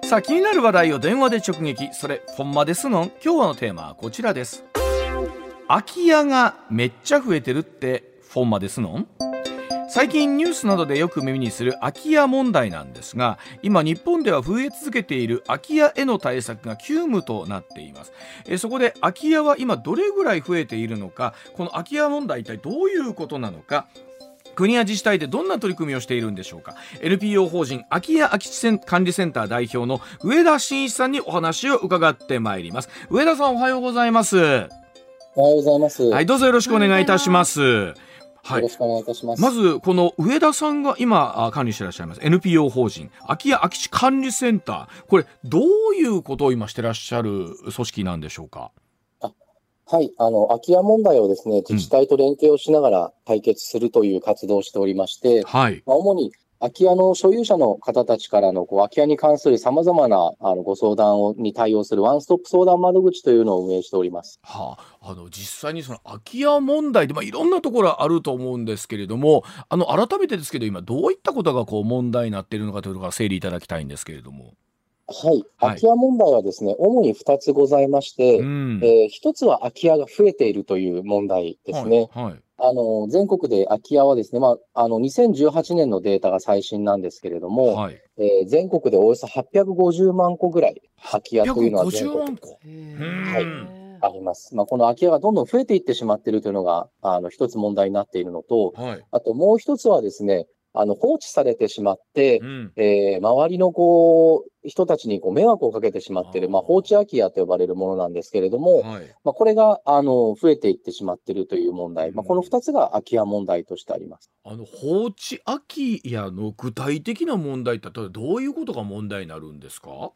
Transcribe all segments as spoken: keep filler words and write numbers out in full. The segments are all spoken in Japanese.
さあ、気になる話題を電話で直撃。それほんまですのん。今日のテーマはこちらです。空き家がめっちゃ増えてるってほんまですのん。最近ニュースなどでよく耳にする空き家問題なんですが、今日本では増え続けている空き家への対策が急務となっています。えそこで空き家は今どれぐらい増えているのか、この空き家問題一体どういうことなのか、国や自治体でどんな取り組みをしているんでしょうか。 エヌピーオー 法人空き家空き地管理センター代表の上田真一さんにお話を伺ってまいります。上田さん、おはようございます。 おはようございます。 はい、どうぞよろしくお願いいたします。はい、 よろしくお願いいたします。 まずこの上田さんが今管理していらっしゃいます エヌピーオー 法人空き家空き地管理センター、これどういうことを今してらっしゃる組織なんでしょうか。 あはい、あの空き家問題をですね、自治体と連携をしながら解決するという活動をしておりまして、 うん、はい、 まあ、主に空き家の所有者の方たちからのこう空き家に関するさまざまなあのご相談をに対応するワンストップ相談窓口というのを運営しております。 はあ、あの実際にその空き家問題で、まあ、いろんなところあると思うんですけれども、あの改めてですけど今どういったことがこう問題になっているのかというところから整理いただきたいんですけれども。 はい、 はい、 空き家問題はですね、主にふたつございまして、 うん、 えー、ひとつは空き家が増えているという問題ですね。 はいはい、 あの、全国で空き家はですね、まあ、あの、にせんじゅうはちねんのデータが最新なんですけれども、 はい、 えー全国でおよそはっぴゃくごじゅうまんこぐらい空き家というのは全ひゃくごじゅうまん国こ。 はい、あります。まあ、この空き家がどんどん増えていってしまっているというのが、あの、一つ問題になっているのと、 はい、 あともう一つはですね、あの、放置されてしまって、 うん、 えー周りのこう、人たちにこう迷惑をかけてしまっている、まあ、放置空き家と呼ばれるものなんですけれども、 はい、 まあ、これが、あの、増えていってしまっているという問題、まあ、このうん、 二つが空き家問題としてあります。 あの放置空き家の具体的な問題って例えばどういうことが問題になるんですか。 はい。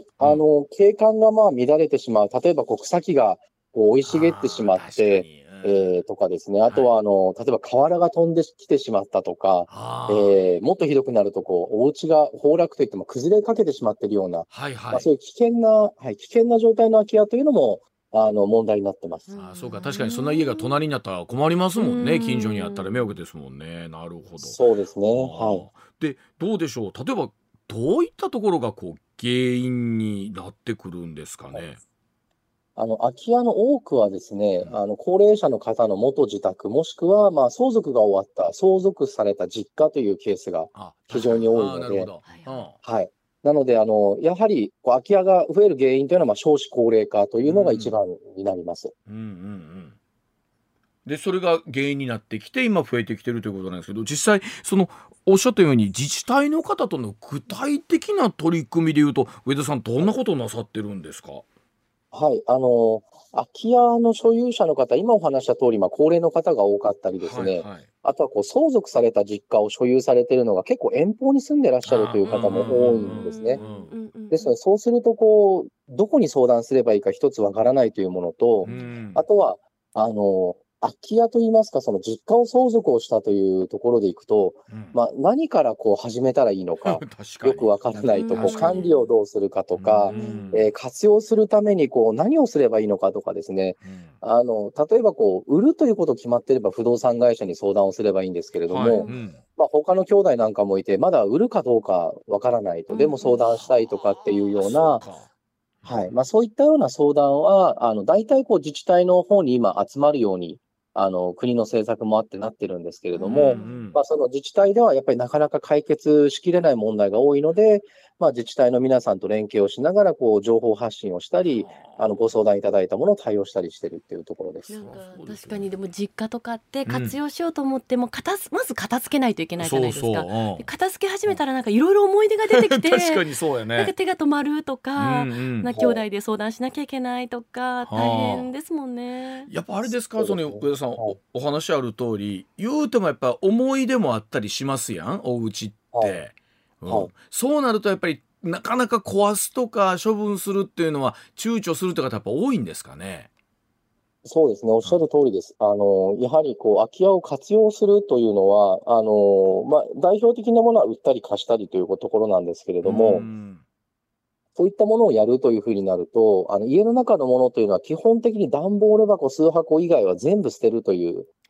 うん、 あの、景観がまあ乱れてしまう。例えば、こう草木がこう生い茂ってしああ、 まって、 確かに、うん、 えー、とかですね。あとはい、 は、あの、例えば瓦が飛んできてしまったとか、 ああ、 えー、もっとひどくなると、こう、お家が崩落といっても崩れかけてしまっているような、まあ、 はいはい、 そういう危険な、はい、危険な状態の空き家というのも、あの、問題になってます。 ああ、そうか、確かにそんな家が隣になったら困りますもんね。近所にあったら迷惑ですもんね。なるほど。 そうですね。はい。 ああ、でどうでしょう、例えばどういったところがこう原因になってくるんですかね。 あの、空き家の多くはですね、 うん、 あの、高齢者の方の元自宅、もしくは、まあ、相続が終わった、相続された実家というケースがあ、確かに、 非常に多いああ、 ので、 なるほど、うん、 はい。なので、あの、やはり、こう空き家が増える原因というのは、まあ、少子高齢化というのが一うん、 番になります。 うんうんうん。でそれが原因になってきて今増えてきてるということなんですけど、実際そのおっしゃったように自治体の方との具体的な取り組みでいうと、上田さんどんなことをなさってるんですか。 はい。あの、空き家の所有者の方、今お話した通り、まあ、高齢の方が多かったりですね。 はいはい、 あとは、こう、相続された実家を所有されているのが結構遠方に住んでらっしゃるというああ、うんうんう方も多いんですね。 んですので、そうすると、こう、どこに相談すればいいか一つわからないというものと、 うんうん、 あとは、あの、空き家といいますか、その実家を相続をしたというところでいくと、 うん、 まあ、何からこう始めたらいいのか、 確かに、 よくわからないと、こう、 確かに、 管理をどうするかとうか、えーん活用するためにこう、何をすればいいのかとかですね。 うん、 あの、例えばこう、売るということ決まっていれば不動産会社に相談をすればいいんですけれどはい、 も、 うん、 まあ、他の兄弟なんかもいて、まだ売るかどうかわからないと、でも相談したいとかっていうはあ、 ような、 そうか、 はい。まあ、そういったような相談は、あの、大体こう自治体の方に今集まるように、あの、国の政策もあってなってるんですけれうんうども、 ん、 まあ、その自治体ではやっぱりなかなか解決しきれない問題が多いので、まあ、自治体の皆さんと連携をしながら、こう、情報発信をしたり、あの、ご相談いただいたものを対応したりしてるっていうところです。 なんかそうですよね。 確かにでも実家とかってうん活用しようと思っても片すまず片付けないといけないじゃないですか。 そうそう、うん、 で片付け始めたらなんかいろいろ思い出が出てきて確かにそうやね。 なんか手が止まるとうか、 んうん、 な兄弟で相談しなきゃいけないとか大変はあ、 ですもんね。 やっぱあれですか、そそうですね。 の上田さん、 はい。 お、お話ある通り言うてもやっぱ思い出もあったりしますやん、お家っはい。 て、うん、 はい。 そうなるとやっぱりなかなか壊すとか処分するっていうのは躊躇するって方やっぱ多いんですかね。 そうですね。おっしゃる通りです。あの、やはりこう、空き家を活用するというのは、あの、まあ、代表的なものは売ったり貸したりというところなんですけれうーども、 ん、 そういったものをやるというふうになると、あの、家の中のものというのは基本的に段ボール箱数箱以外は全部捨てるという、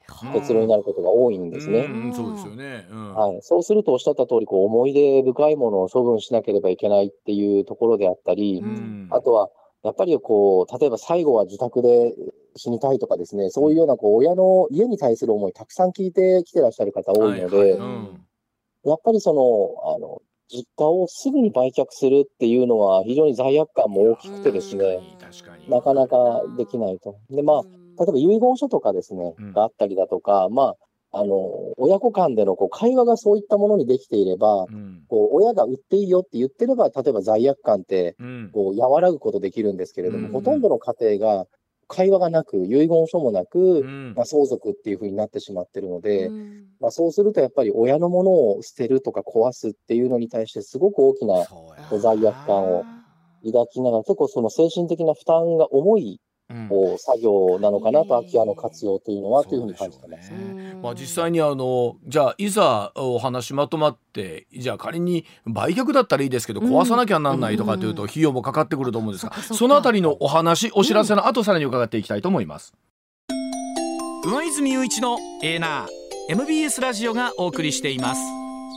結論になることが多いんですね。 うん、そうですよね。うん、 はい、そうするとおっしゃった通り、こう思い出深いものを処分しなければいけないっていうところであったり、 ううんん、 あとはやっぱりこう、例えば最後は自宅で死にたいとかですね、そういうようなこう親の家に対する思いたくさん聞いてきてらっしゃる方多いので、 はいはい、 ううんん、 やっぱりその、あの、実家をすぐに売却するっていうのは非常に罪悪感も大きくてですね、 確かになかなかできないと。で、まあ、例えば遺言書とかですね、 うんがあったりだとか、まあ、あの、親子間でのこう会話がそういったものにできていれば、 うん、 こう、親が売っていいよって言ってれば、例えば罪悪感って、 うん、 こう、和らぐことできるんですけれども、 うんほとんどの家庭が会話がなく、遺言書もなく、 うんまあ、相続っていう風になってしまってるので、 うんまあ、そうするとやっぱり親のものを捨てるとか壊すっていうのに対してすごく大きなそうやこう罪悪感を抱きながら、結構その精神的な負担が重いうんこう作業なのかなと、空き家の活用というのはというふうにそうでしょう感じてます。 ね。まあ、実際にあのじゃあいざお話まとまってじゃあ仮に売却だったらいいですけどうん壊さなきゃなんないとかというとうん費用もかかってくると思うんですが、 そっかそっかそのあたりのお話お知らせの後さらに伺っていきたいと思います。上泉雄一のエーナー エムビーエス ラジオがお送りしています。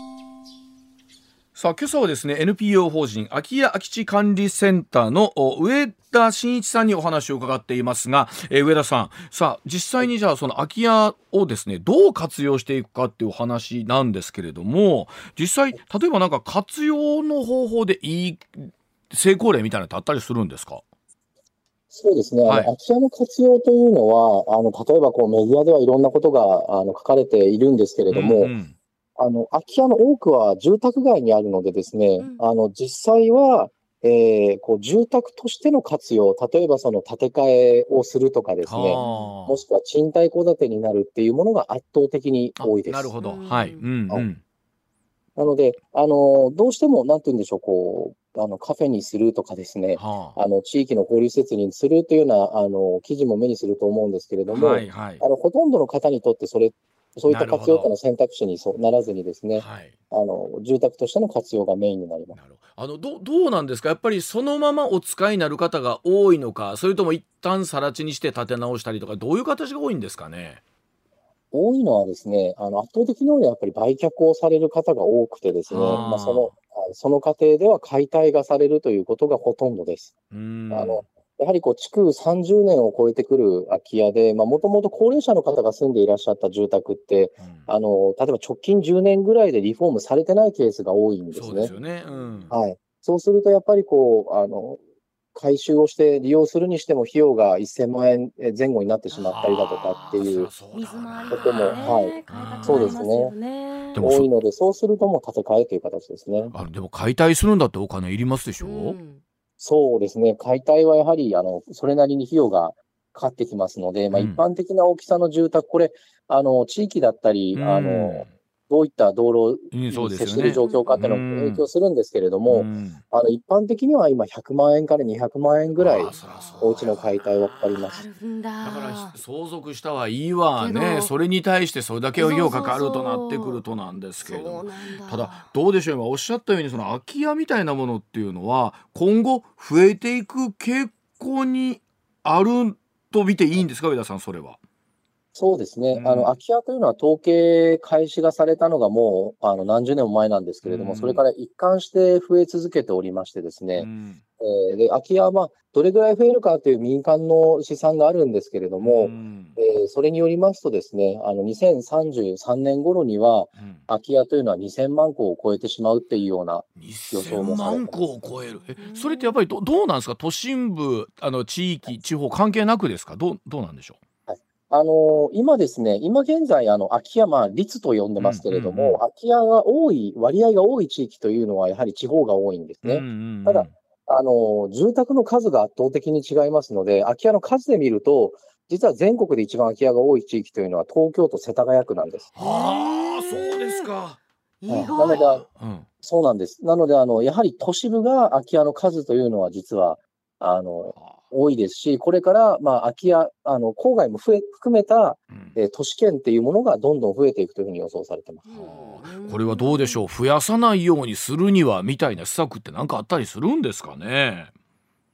さあ今朝はですね エヌピーオー 法人空き家空き地管理センターの上田真一さんにお話を伺っていますが、えー上田さん、さあ実際にじゃあその空き家をですねどう活用していくかっていうお話なんですけれども、実際例えばなんか活用の方法でいい成功例みたいなのってあったりするんですか？ そうですね。あの、 はい空き家の活用というのは、あの、例えばこうメディアではいろんなことが、あの、書かれているんですけれども、 うんうんあの、空き家の多くは住宅街にあるのでですね、 うんあの、実際は、えーこう、住宅としての活用、例えばその建て替えをするとかですね、 はもしくは賃貸戸建てになるっていうものが圧倒的にあ、 多いです。 なるほど、 うんはい、うんうはいん、 なので、あの、どうしても、なんて言うんでしょう、こう、あの、カフェにするとかですね、 はあ、 あの、地域の交流施設にするというような、あの、記事も目にすると思うんですけれども、 はいはいあの、ほとんどの方にとってそれ、そういったなるほど活用というのは選択肢にそうならずにですね、 はい。 あの、住宅としての活用がメインになります。 なるほど。あのどどうなんですか、やっぱりそのままお使いになる方が多いのか、それとも一旦更地にして建て直したりとか、どういう形が多いんですかね？ 多いのはですね、あの、圧倒的に多いのはやっぱり売却をされる方が多くてですね、 はあまあ、その、あその過程では解体がされるということがほとんどです。 うーんあの、やはりこう、築さんじゅうねんを超えてくる空き家で、まあ、もともと高齢者の方が住んでいらっしゃった住宅って、 うんあの、例えば直近じゅうねんぐらいでリフォームされてないケースが多いんですねそうです。よね。うん。 はい。そうするとやっぱりこう、あの、改修をして利用するにしても費用がせんまんえん前後になってしまったりだとかっていうはあそりゃそうだ水回りなとかね、 はい変えたくそうでなりますすねよね。 でもそ多いので、そうするともう建て替えという形ですね。 あのでも解体するんだってお金いりますでしょ？ うんそうですね。解体はやはり、あの、それなりに費用がかかってきますので、まあ、 うん一般的な大きさの住宅、これ、あの、地域だったり、あの、どういった道路うんそうにですよね接している状況かっていうのうんも影響するんですけれどうも、 んあの、一般的には今ひゃくまんえんからにひゃくまんえんぐらいあ、そりゃそうだお家の解体はかかりまあす。 るんだ。 だから相続したはいいわけね、 どそれに対してそれだけ費用かかるとなってくるとなんですけれども、 そうなんだ。 ただどうでしょう、今おっしゃったようにその空き家みたいなものっていうのは今後増えていく傾向にあると見ていいんですか、上田さん、それは。 そうですね。 うんあの、空き家というのは統計開始がされたのがもう、あの、何十年も前なんですけれども、 うんそれから一貫して増え続けておりましてですね、 うんえーで、空き家は、まあ、どれぐらい増えるかという民間の試算があるんですけれども、 うんえーそれによりますとですね、あの、にせんさんじゅうさんねん頃には、 うん空き家というのはにせんまん戸を超えてしまうっていうような、予想 2000 もされて万戸を超える。えそれってやっぱり ど, どうなんですか、都心部、あの地域地方関係なくですか、どうどうなんでしょあの、今ですね、今現在、あの、空き家、まあ、率と呼んでますけれども、 うんうんうん空き家が多い、割合が多い地域というのは、やはり地方が多いんですう。 ね。 うんうんうんただあの、住宅の数が圧倒的に違いますので、空き家の数で見ると、実は全国で一番空き家が多い地域というのは、東京都世田谷区なんです。 はあ、そうですか。 意なの外。 で、 うんそうなんです。なので、あの、やはり都市部が空き家の数というのは、実は、あの、多いですし、これから、まあ、空き家、あの、郊外も増え、含めた、 うんえー都市圏っていうものがどんどん増えていくというふうに予想されてます。 うんこれはどうでしょう、増やさないようにするにはみたいな施策って何かあったりするんですかね？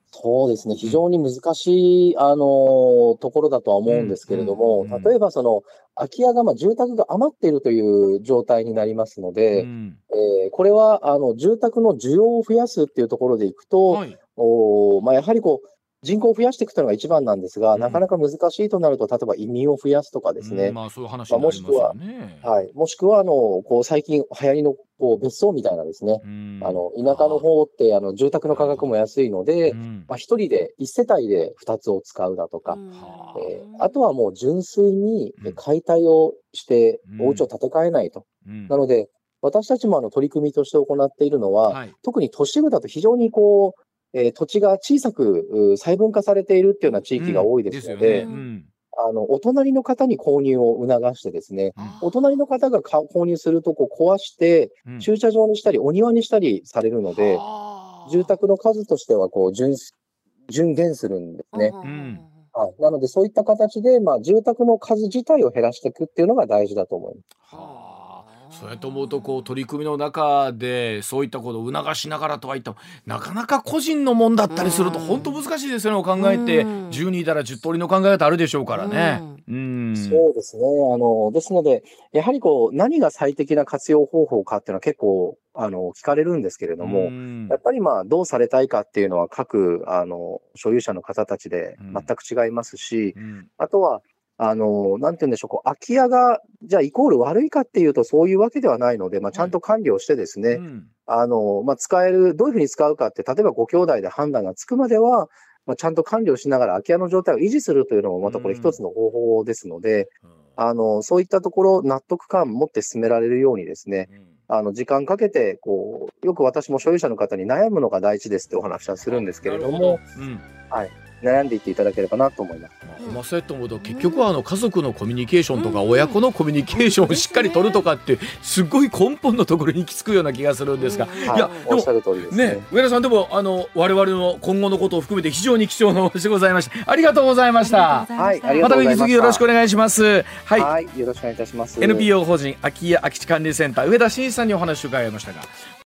そうですね。非常に難しい、あの、ところだとは思うんですけれども、 うんうん例えばその、空き家が、まあ、住宅が余っているという状態になりますのうで、 んえーこれは、あの、住宅の需要を増やすっていうところでいくと、 はい。 おーまあ、やはりこう、人口を増やしていくというのが一番なんですが、 うんなかなか難しいとなると、例えば移民を増やすとかですね。 うんまあそういう話まあ、 になりますよもしくは、 ね。 はい。もしくは、あの、こう、最近流行りの、こう、別荘みたいなですね。 うんあの、田舎の方って、あの、住宅の価格も安いので、 うんまあ、一人で、一世帯で二つを使うだとか、 はえーあとはもう純粋にうん解体をしてうんお家を建て替えないと。 うんなので、私たちもあの取り組みとして行っているのは、 はい特に都市部だと非常にこう、えー土地が小さくう細分化されているっていうような地域が多いですので、 うんうんあの、お隣の方に購入を促してですね、 うんお隣の方がか購入するとこ壊して、 うん駐車場にしたり、お庭にしたりされるので、 はあ住宅の数としてはこう順、順減するんですね。 んはい。なので、そういった形で、まあ、住宅の数自体を減らしていくっていうのが大事だと思います。 はあそうやと思うとこう取り組みの中でそういったことを促しながらとはいったなかなか個人のもんだったりするとうん本当難しいですよね。考えてうんじゅうにいたらじゅう通りの考え方あるでしょうからね。うんそうですね。あの、ですので、やはりこう、何が最適な活用方法かっていうのは結構、あの、聞かれるんですけれども、 うんやっぱりまあ、どうされたいかっていうのは各、あの、所有者の方たちでうん全く違いますし、 うんあとは、あの、なんて言うんでしょう、こう、空き家が、じゃあイコール悪いかっていうとそういうわけではないので、まあ、ちゃんと管理をしてですね、 うんあの、まあ、使える、どういうふうに使うかって、例えばご兄弟で判断がつくまでは、まあ、ちゃんと管理をしながら空き家の状態を維持するというのもまたこれ一つの方法ですので、あの、そういったところ納得感を持って進められるようにですね、あの、時間かけて、こう、よく私も所有者の方に悩むのが大事ですってお話はするんですけれども、 なるほどうんはい。悩んでいっていただければなと思います。 まあほんまそうやって思うと結局はあの家族のコミュニケーションとか親子のコミュニケーションをしっかり取るとかってすごい根本のところに行き着くような気がするんですが、 うんはいい。 やでもおっしゃる通りですね。 ね上田さんでもあの我々の今後のことを含めて非常に貴重なお話でございました。ありがとうございました。 はいありまたがとうございました引き続きよろしくお願いします。はい、 はい。よろしくお願いいたします。 エヌピーオー 法人空き家空き地管理センター上田真一さんにお話を伺いましたが。